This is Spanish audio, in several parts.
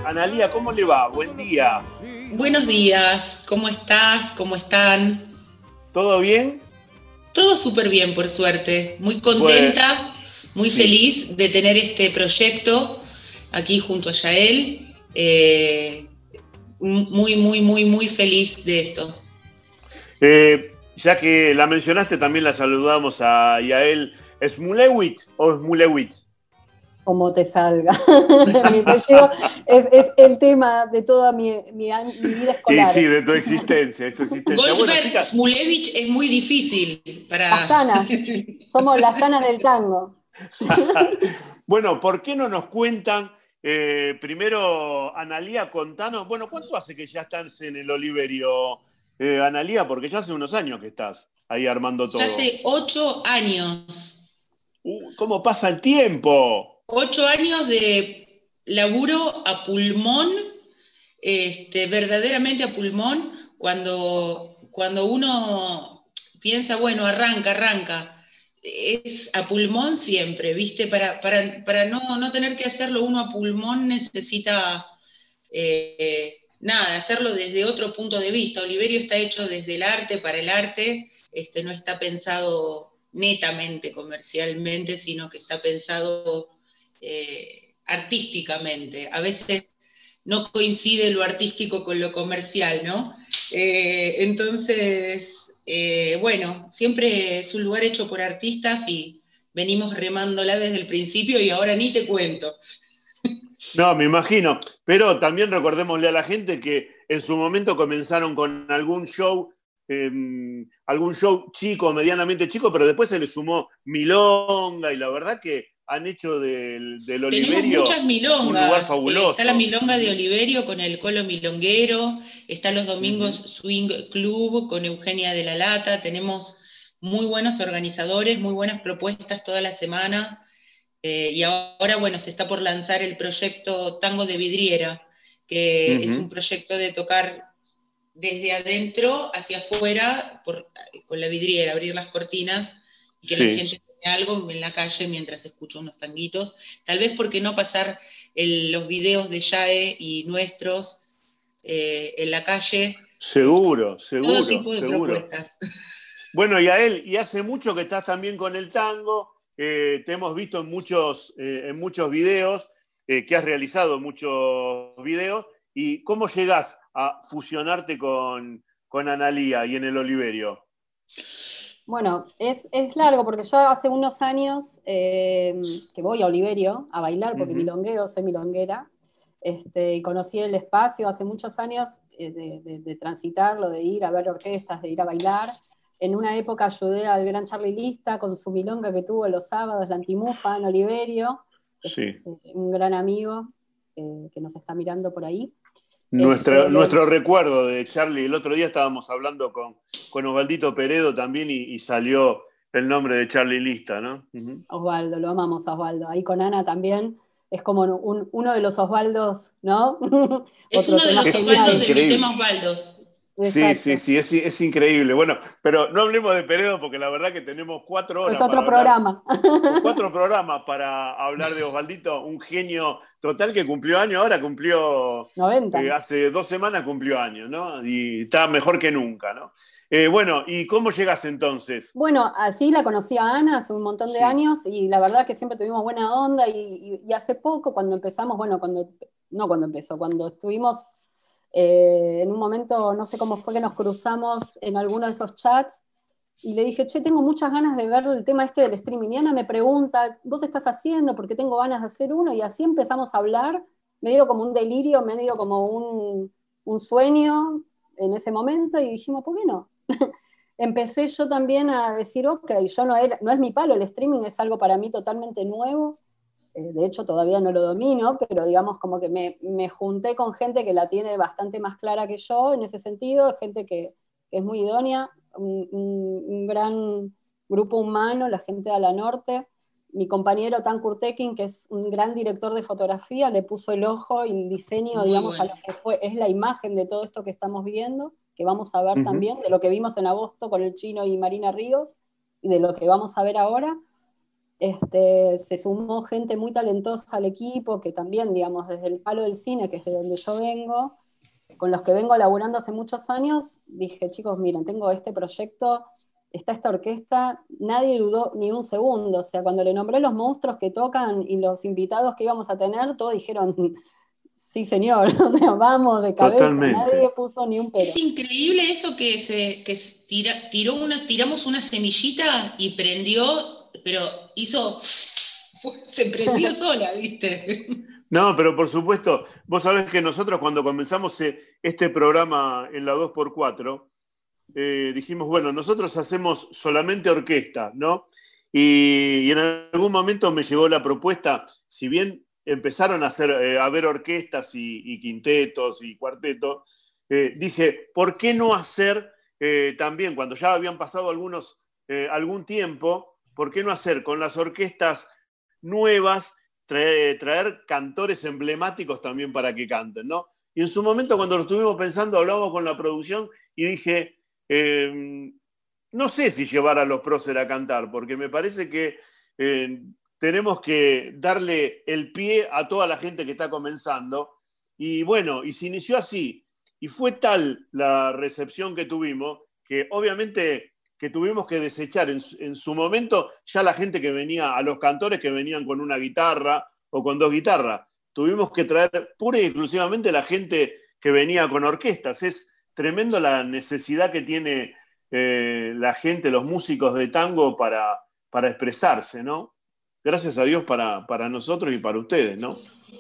Analía, ¿cómo le va? Buen día. Buenos días, ¿cómo estás? ¿Cómo están? ¿Todo bien? Todo súper bien, por suerte. Muy contenta, muy feliz de tener este proyecto aquí junto a Yael. Muy feliz de esto. Ya que la mencionaste, también la saludamos a Yael. ¿Smulewicz o Smulewicz? Como te salga. Mi apellido es el tema de toda mi vida escolar. Sí, de tu existencia. Goldberg, bueno, Smulewicz es muy difícil para... Las tanas, somos las tanas del tango. Bueno, ¿por qué no nos cuentan? Primero, Analía, contanos, bueno, ¿cuánto hace que ya estás en el Oliverio, Analía? Porque ya hace unos años que estás ahí armando todo. Ya hace 8 años. ¿Cómo pasa el tiempo? 8 años de laburo a pulmón, verdaderamente a pulmón, cuando uno piensa, bueno, arranca, es a pulmón siempre, ¿viste? Para no tener que hacerlo uno a pulmón necesita, hacerlo desde otro punto de vista. Oliverio está hecho desde el arte, para el arte, no está pensado netamente comercialmente, sino que está pensado artísticamente. A veces no coincide lo artístico con lo comercial, ¿no? Entonces, bueno, siempre es un lugar hecho por artistas y venimos remándola desde el principio y ahora ni te cuento. No, me imagino, pero también recordémosle a la gente que en su momento comenzaron con algún show chico, medianamente chico, pero después se le sumó milonga y la verdad que han hecho del Oliverio tenemos muchas milongas, un lugar fabuloso. Está la milonga de Oliverio con el Colo Milonguero, está los domingos Swing Club con Eugenia de la Lata, tenemos muy buenos organizadores, muy buenas propuestas toda la semana, y ahora, bueno, se está por lanzar el proyecto Tango de Vidriera, que es un proyecto de tocar desde adentro hacia afuera con la vidriera, abrir las cortinas y que la gente tenga algo en la calle mientras escucha unos tanguitos. Tal vez porque no pasar los videos de Yae y nuestros en la calle. Seguro. Todo tipo de propuestas. Bueno, Yael, y hace mucho que estás también con el tango, te hemos visto en muchos videos, que has realizado muchos videos, y ¿cómo llegás a fusionarte con Analía y en el Oliverio? Bueno, es largo porque yo hace unos años que voy a Oliverio a bailar porque milongueo, soy milonguera, y conocí el espacio hace muchos años de transitarlo, de ir a ver orquestas, de ir a bailar. En una época ayudé al gran Charlie Lista con su milonga que tuvo los sábados, la Antimufa en Oliverio, un gran amigo que nos está mirando por ahí. Nuestro recuerdo de Charlie, el otro día estábamos hablando con Osvaldito Peredo también y salió el nombre de Charlie Lista, ¿no? Osvaldo, lo amamos a Osvaldo. Ahí con Ana también es como uno de los Osvaldos, ¿no? Es uno de los Osvaldos de mi tema Osvaldos. Sí, es increíble. Bueno, pero no hablemos de Peredo porque la verdad que tenemos 4 horas. Es otro programa. 4 programas para hablar de Osvaldito, un genio total que cumplió años, ahora cumplió 90. Hace 2 semanas cumplió años, ¿no? Y está mejor que nunca, ¿no? Bueno, ¿y cómo llegas entonces? Bueno, así la conocí a Ana hace un montón de años y la verdad que siempre tuvimos buena onda y hace poco cuando empezamos, cuando estuvimos en un momento, no sé cómo fue que nos cruzamos en alguno de esos chats y le dije, tengo muchas ganas de ver el tema del streaming. Y Ana me pregunta, ¿vos estás haciendo? Porque tengo ganas de hacer uno. Y así empezamos a hablar, medio como un delirio, medio como un sueño en ese momento y dijimos, ¿por qué no? Empecé yo también a decir, ok, no es mi palo, el streaming es algo para mí totalmente nuevo. De hecho todavía no lo domino, pero digamos como que me junté con gente que la tiene bastante más clara que yo en ese sentido, gente que es muy idónea, un gran grupo humano, la gente de Ala Norte. Mi compañero Tan Kurtekin, que es un gran director de fotografía, le puso el ojo y el diseño, digamos, a lo que es la imagen de todo esto que estamos viendo, que vamos a ver también, de lo que vimos en agosto con el Chino y Marina Ríos, y de lo que vamos a ver ahora. Se sumó gente muy talentosa al equipo, que también, digamos, desde el palo del cine, que es de donde yo vengo, con los que vengo laburando hace muchos años, dije, chicos, miren, tengo este proyecto, está esta orquesta, nadie dudó ni un segundo. O sea, cuando le nombré los monstruos que tocan y los invitados que íbamos a tener, todos dijeron, sí señor, o sea, vamos de cabeza, Totalmente. nadie puso ni un pero. Es increíble eso tiramos una semillita y prendió, pero se prendió sola, ¿viste? No, pero por supuesto, vos sabés que nosotros cuando comenzamos este programa en la 2x4, dijimos, bueno, nosotros hacemos solamente orquesta, ¿no? Y en algún momento me llegó la propuesta, si bien empezaron a haber orquestas y quintetos y cuartetos, dije, ¿por qué no hacer también, cuando ya habían pasado algún tiempo, ¿por qué no hacer con las orquestas nuevas, traer cantores emblemáticos también para que canten, ¿no? Y en su momento, cuando lo estuvimos pensando, hablamos con la producción y dije, no sé si llevar a los próceres a cantar, porque me parece que tenemos que darle el pie a toda la gente que está comenzando. Y bueno, y se inició así. Y fue tal la recepción que tuvimos, que obviamente que tuvimos que desechar en su momento ya la gente que venía, a los cantores que venían con una guitarra o con dos guitarras. Tuvimos que traer pura y exclusivamente la gente que venía con orquestas. Es tremendo la necesidad que tiene la gente, los músicos de tango para expresarse, ¿no? Gracias a Dios para nosotros y para ustedes, ¿no?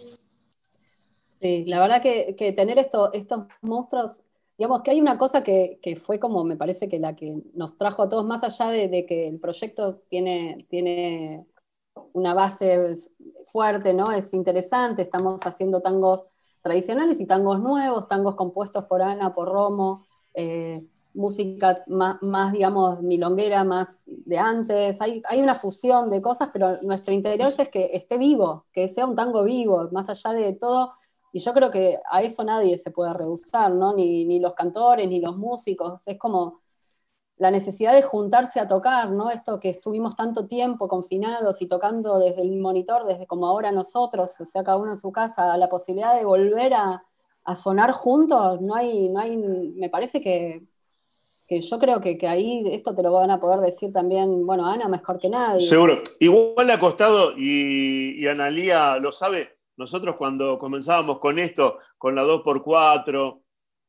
Sí, la verdad que tener estos monstruos, digamos que hay una cosa que fue como, me parece que la que nos trajo a todos, más allá de que el proyecto tiene una base fuerte, ¿no? Es interesante, estamos haciendo tangos tradicionales y tangos nuevos, tangos compuestos por Ana, por Romo, música más, digamos, milonguera, más de antes. Hay una fusión de cosas, pero nuestro interés es que esté vivo, que sea un tango vivo, más allá de todo. Y yo creo que a eso nadie se puede rehusar, ¿no? Ni los cantores, ni los músicos. Es como la necesidad de juntarse a tocar, ¿no? Esto que estuvimos tanto tiempo confinados y tocando desde el monitor, desde como ahora nosotros, o sea, cada uno en su casa, la posibilidad de volver a sonar juntos, me parece que yo creo que ahí esto te lo van a poder decir también, bueno, Ana mejor que nadie. Seguro. Igual le ha costado, y Analía lo sabe, nosotros cuando comenzábamos con esto, con la 2x4,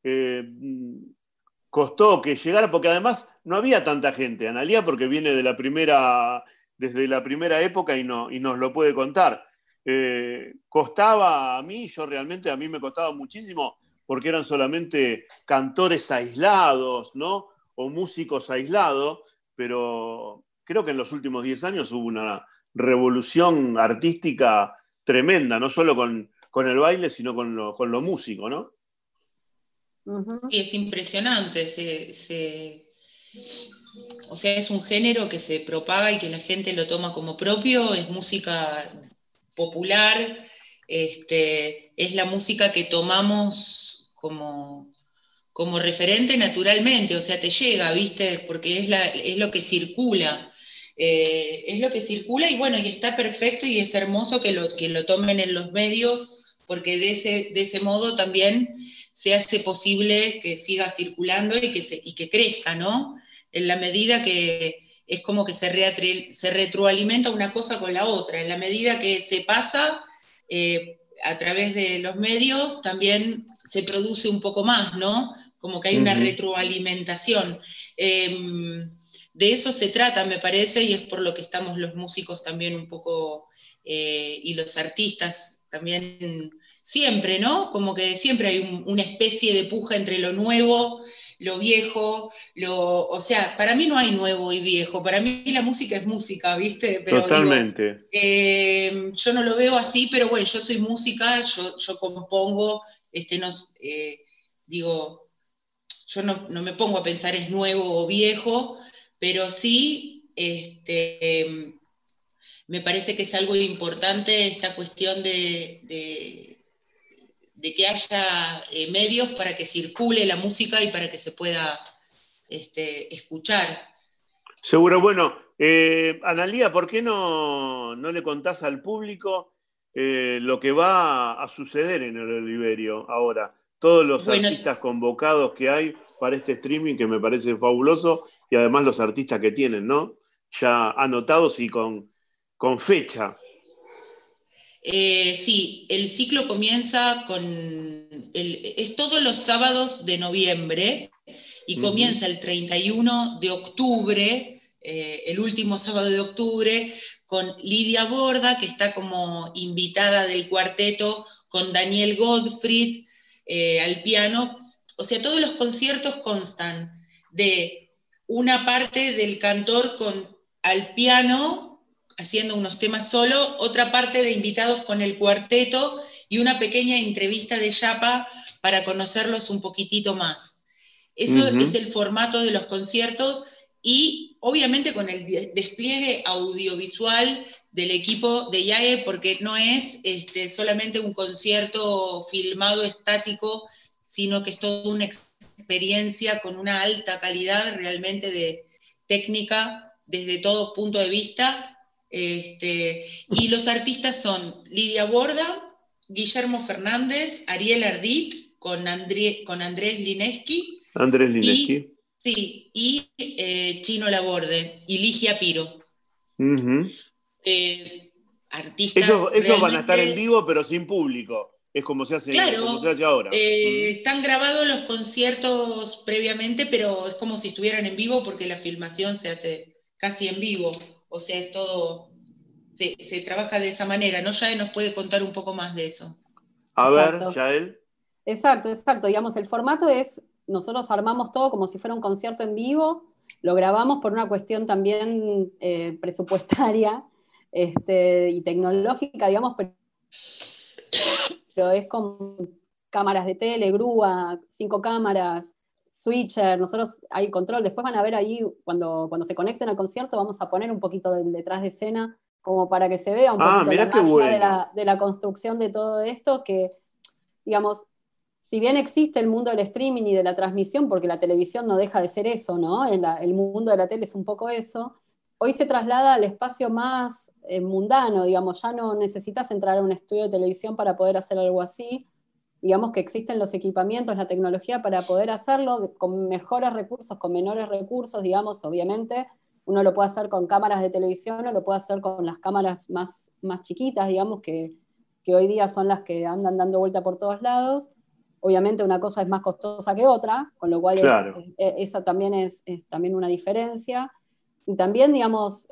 costó que llegara, porque además no había tanta gente. Analía porque viene desde la primera época y nos lo puede contar. Costaba a mí me costaba muchísimo, porque eran solamente cantores aislados, ¿no? O músicos aislados, pero creo que en los últimos 10 años hubo una revolución artística tremenda, no solo con el baile, sino con lo músico, ¿no? Y es impresionante, o sea, es un género que se propaga y que la gente lo toma como propio, es música popular, es la música que tomamos como referente naturalmente, o sea, te llega, ¿viste? Porque es lo que circula. Es lo que circula y bueno, y está perfecto y es hermoso que lo tomen en los medios, porque de ese modo también se hace posible que siga circulando y que crezca, ¿no? En la medida que es como que se retroalimenta una cosa con la otra, en la medida que se pasa a través de los medios también se produce un poco más, ¿no? Como que hay una retroalimentación. De eso se trata, me parece, y es por lo que estamos los músicos también un poco, y los artistas también siempre, ¿no? Como que siempre hay una especie de puja entre lo nuevo, lo viejo, o sea, para mí no hay nuevo y viejo, para mí la música es música, ¿viste? Pero Totalmente. Digo, yo no lo veo así, pero bueno, yo soy música, yo compongo, digo, yo no me pongo a pensar es nuevo o viejo, pero sí, me parece que es algo importante esta cuestión de que haya medios para que circule la música y para que se pueda escuchar. Seguro, bueno, Analía, ¿por qué no le contás al público lo que va a suceder en el Oliverio ahora? Todos los artistas convocados que hay para este streaming, que me parece fabuloso, y además los artistas que tienen, ¿no? Ya anotados y con fecha. Sí, el ciclo comienza es todos los sábados de noviembre y comienza el 31 de octubre, el último sábado de octubre, con Lidia Borda, que está como invitada del cuarteto, con Daniel Gottfried al piano. O sea, todos los conciertos constan de una parte del cantor al piano, haciendo unos temas solo, otra parte de invitados con el cuarteto y una pequeña entrevista de Yapa para conocerlos un poquitito más. Eso es el formato de los conciertos y obviamente con el despliegue audiovisual del equipo de IAE, porque no es solamente un concierto filmado estático, sino que es toda una experiencia con una alta calidad realmente de técnica desde todo punto de vista. Y los artistas son Lidia Borda, Guillermo Fernández, Ariel Ardit, con Andrés Lineski. Andrés Lineski. Y Chino Laborde y Ligia Piro. Artistas. Ellos van a estar en vivo, pero sin público. Es como se hace, claro, como se hace ahora. Están grabados los conciertos previamente, pero es como si estuvieran en vivo porque la filmación se hace casi en vivo. O sea, es todo, se trabaja de esa manera, ¿no? Yael nos puede contar un poco más de eso. A ver, Yael. Exacto. Digamos, el formato es, nosotros armamos todo como si fuera un concierto en vivo, lo grabamos por una cuestión también presupuestaria y tecnológica, digamos, pero es con cámaras de tele, grúa, 5 cámaras, switcher, nosotros hay control, después van a ver ahí, cuando se conecten al concierto, vamos a poner un poquito del detrás de escena, como para que se vea un poquito la magia de la construcción de todo esto, que, digamos, si bien existe el mundo del streaming y de la transmisión, porque la televisión no deja de ser eso, ¿no? El mundo de la tele es un poco eso, hoy se traslada al espacio más mundano, digamos, ya no necesitas entrar a un estudio de televisión para poder hacer algo así, digamos que existen los equipamientos, la tecnología para poder hacerlo con mejores recursos, con menores recursos, digamos, obviamente, uno lo puede hacer con cámaras de televisión o lo puede hacer con las cámaras más chiquitas, digamos, que hoy día son las que andan dando vuelta por todos lados. Obviamente una cosa es más costosa que otra, con lo cual claro. Esa también es también una diferencia. Y también, digamos,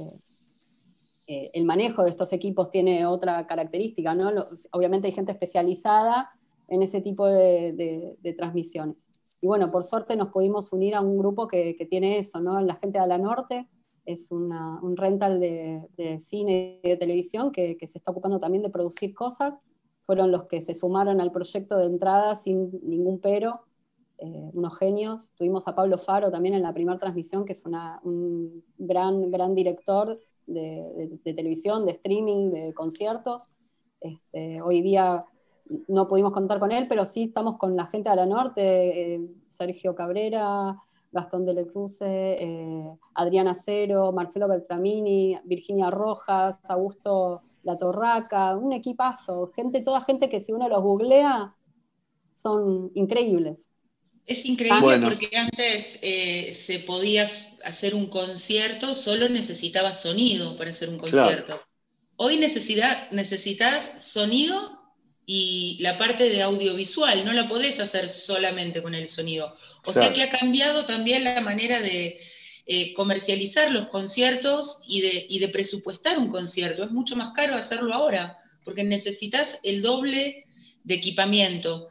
el manejo de estos equipos tiene otra característica, ¿no? Obviamente hay gente especializada en ese tipo de transmisiones. Y bueno, por suerte nos pudimos unir a un grupo que tiene eso, ¿no? La gente de Ala Norte es un rental de cine y de televisión que se está ocupando también de producir cosas. Fueron los que se sumaron al proyecto de entrada sin ningún pero, unos genios. Tuvimos a Pablo Faro también en la primera transmisión, que es un gran director de televisión, de streaming, de conciertos. Hoy día no pudimos contar con él, pero sí estamos con la gente de la Norte, Sergio Cabrera, Gastón de la Cruce, Adriana Cero, Marcelo Beltramini, Virginia Rojas, Augusto La Torraca, un equipazo, toda gente que si uno los googlea son increíbles. Es increíble porque antes se podía hacer un concierto, solo necesitabas sonido para hacer un concierto. Claro. Hoy necesitas sonido y la parte de audiovisual, no la podés hacer solamente con el sonido. O sea que ha cambiado también la manera de comercializar los conciertos y de presupuestar un concierto. Es mucho más caro hacerlo ahora, porque necesitas el doble de equipamiento.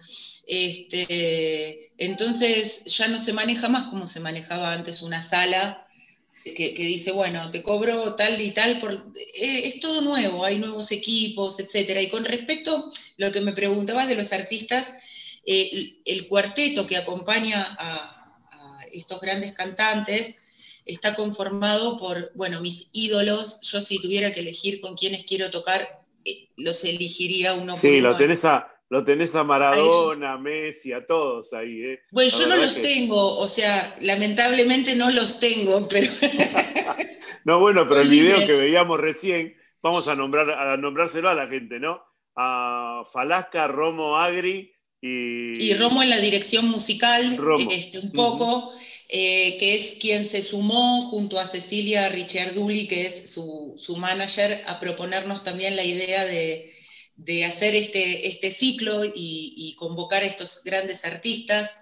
Entonces ya no se maneja más como se manejaba antes una sala que dice, bueno, te cobro tal y tal, es todo nuevo, hay nuevos equipos, etcétera. Y con respecto a lo que me preguntabas de los artistas, el cuarteto que acompaña a estos grandes cantantes está conformado por, bueno, mis ídolos. Yo si tuviera que elegir con quiénes quiero tocar, los elegiría uno por uno. Sí, lo tenés a Maradona, a Messi, a todos ahí. Bueno, yo no los tengo, o sea, lamentablemente no los tengo, pero... No, bueno, pero Son el video libres. que veíamos recién, vamos a nombrárselo a la gente, ¿no? A Falasca, Romo Agri Y y Romo en la dirección musical, Romo. un Ujú. poco, que es quien se sumó junto a Cecilia Ricciarduli, que es su manager, a proponernos también la idea de hacer este ciclo y convocar a estos grandes artistas.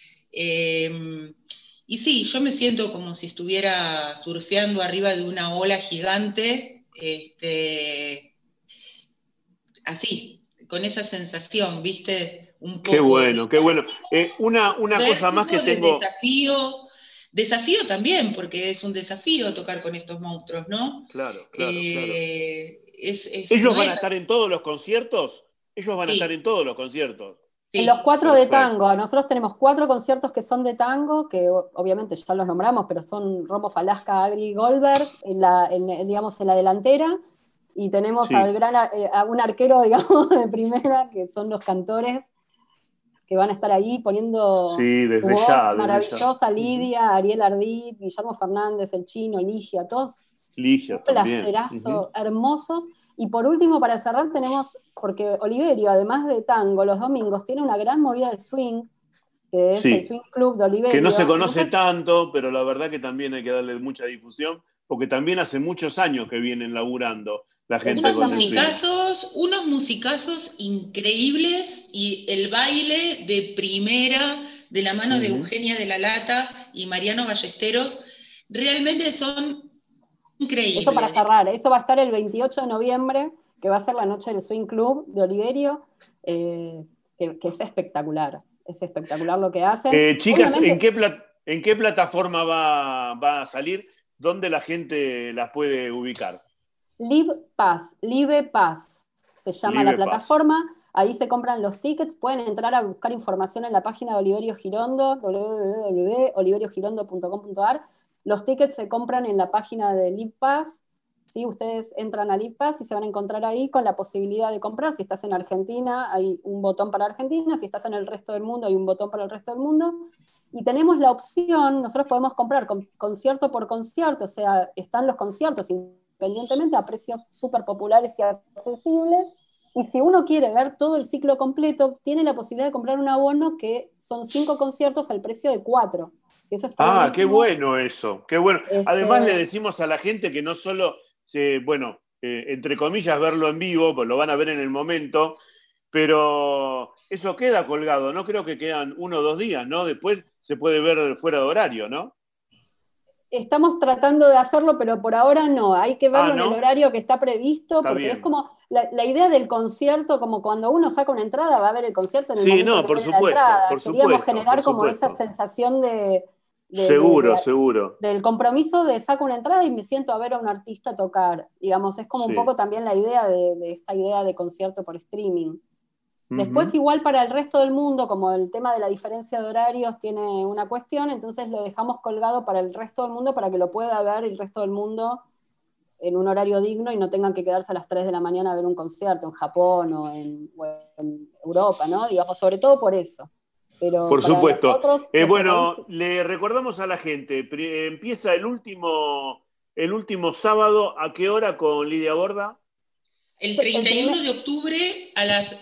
Y sí, yo me siento como si estuviera surfeando arriba de una ola gigante, así, con esa sensación, ¿viste? Un Qué poco bueno, qué bueno. Una cosa más que vértigo, de tengo. desafío también, porque es un desafío tocar con estos monstruos, ¿no? Claro, claro, claro. ¿Ellos No van a es estar en todos los conciertos? Ellos van a estar así, en todos los conciertos. En los sí, 4 de Perfecto. tango, nosotros tenemos 4 conciertos que son de tango, que obviamente ya los nombramos, pero son Romo, Falasca, Agri y Goldberg, digamos, en la delantera, y tenemos al Sí, gran, a un arquero, digamos, de primera, que son los cantores, que van a estar ahí poniendo sí, su desde voz ya, desde ya. maravillosa, Ujú. Lidia, Ariel Ardit, Guillermo Fernández, El Chino, Ligia, todos un Ligia también. Ujú. placerazo, hermosos. Y por último, para cerrar, tenemos, porque Oliverio, además de tango, los domingos tiene una gran movida de swing, que es el Sí, Swing Club de que no se Oliverio. conoce Entonces, tanto, pero la verdad que también hay que darle mucha difusión, porque también hace muchos años que vienen laburando la gente con el swing. exactamente. Unos musicazos increíbles y el baile de primera de la mano de Ujú. Eugenia de la Lata y Mariano Ballesteros, realmente son Eso para increíbles. cerrar, eso va a estar el 28 de noviembre, que va a ser la noche del Swing Club de Oliverio, que es espectacular lo que hacen. Chicas, Obviamente, en qué plataforma va a salir? ¿Dónde la gente las puede ubicar? Live Pass se llama la Live Pass. plataforma. Ahí se compran los tickets. Pueden entrar a buscar información en la página de Oliverio Girondo, www.oliveriogirondo.com.ar. Los tickets se compran en la página de Live Pass. ¿Sí? Ustedes entran a Live Pass y se van a encontrar ahí con la posibilidad de comprar. Si estás en Argentina, hay un botón para Argentina. Si estás en el resto del mundo, hay un botón para el resto del mundo. Y tenemos la opción, nosotros podemos comprar concierto por concierto, o sea, están los conciertos independientemente a precios súper populares y accesibles. Y si uno quiere ver todo el ciclo completo, tiene la posibilidad de comprar un abono que son 5 conciertos al precio de 4. Eso está Ah, qué buenísimo. bueno eso, qué bueno. Además le Este, decimos a la gente que no solo, bueno, entre comillas, verlo en vivo, pues lo van a ver en el momento, pero eso queda colgado, no creo que quedan 1 o 2 días, ¿no? Después se puede ver fuera de horario, ¿no? Estamos tratando de hacerlo, pero por ahora no. Hay que Ah, verlo en el ¿no? horario que está previsto, Está porque es bien. como la idea del concierto, como cuando uno saca una entrada, va a ver el concierto en el Sí, momento no, que tiene la por entrada. Queríamos supuesto, por generar como esa supuesto. sensación de, de- Seguro, de- seguro. del compromiso de saco una entrada y me siento a ver a un artista tocar. Digamos, es como un Sí. poco también la idea de esta idea de concierto por streaming. Después, Ujú. igual para el resto del mundo, como el tema de la diferencia de horarios tiene una cuestión, entonces lo dejamos colgado para el resto del mundo para que lo pueda ver el resto del mundo en un horario digno y no tengan que quedarse a las 3 de la mañana a ver un concierto en Japón o en Europa, ¿no? Digamos, sobre todo por eso. Pero Por para supuesto. nosotros, nuestro país, Bueno, le recordamos a la gente, empieza el último sábado, ¿a qué hora con Lidia Borda? El el primer, 31 de octubre a las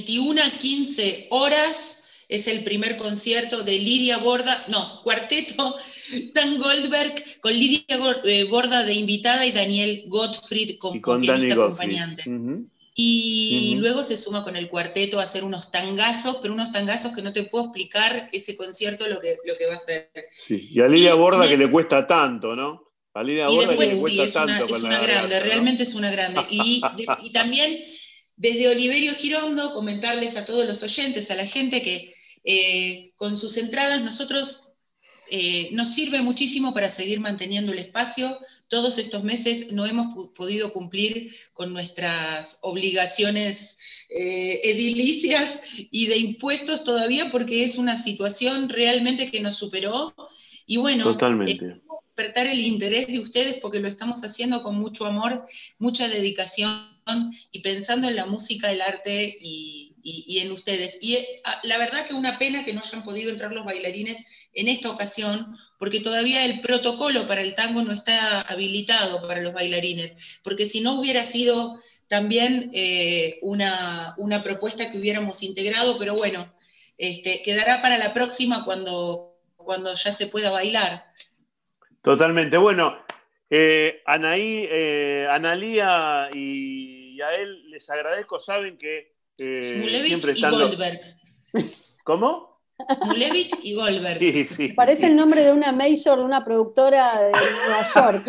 21:15 horas es el primer concierto de Lidia Borda, no, cuarteto Dan Goldberg con Lidia Borda de invitada y Daniel Gottfried Y como con Danny pianista Gottfried. acompañante. Ujú, Y ujú. luego se suma con el cuarteto a hacer unos tangazos, pero unos tangazos que no te puedo explicar ese concierto lo que va a ser. Sí. Y a Lidia Y, Borda que le cuesta tanto, ¿no? A Lidia y Borda que le después sí, sí, cuesta tanto con es la una grande, garganta, ¿no? realmente es una grande. Y también desde Oliverio Girondo comentarles a todos los oyentes, a la gente que con sus entradas nosotros nos sirve muchísimo para seguir manteniendo el espacio. Todos estos meses no hemos podido cumplir con nuestras obligaciones edilicias y de impuestos todavía porque es una situación realmente que nos superó. Y bueno, Totalmente. despertar el interés de ustedes porque lo estamos haciendo con mucho amor, mucha dedicación y pensando en la música, el arte y en ustedes. Y la verdad que una pena que no hayan podido entrar los bailarines en esta ocasión, porque todavía el protocolo para el tango no está habilitado para los bailarines, porque si no hubiera sido también una propuesta que hubiéramos integrado, pero bueno, quedará para la próxima cuando ya se pueda bailar. Totalmente. Bueno, Anaí, Analía y a él les agradezco, saben que siempre Smulevich y están... Goldberg. ¿Cómo? Smulevich y Goldberg. Sí, sí. Parece el nombre de una major, de una productora de Nueva York.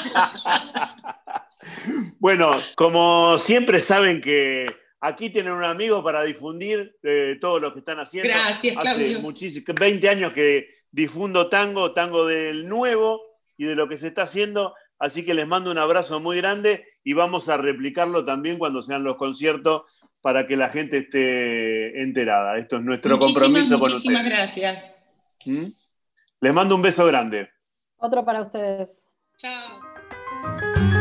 Bueno, como siempre saben que aquí tienen un amigo para difundir todo lo que están haciendo. Gracias, Claudio. Hace 20 años que difundo tango del nuevo y de lo que se está haciendo, así que les mando un abrazo muy grande y vamos a replicarlo también cuando sean los conciertos para que la gente esté enterada. Esto es nuestro compromiso con ustedes. Muchísimas gracias. Les mando un beso grande. Otro para ustedes. Chao.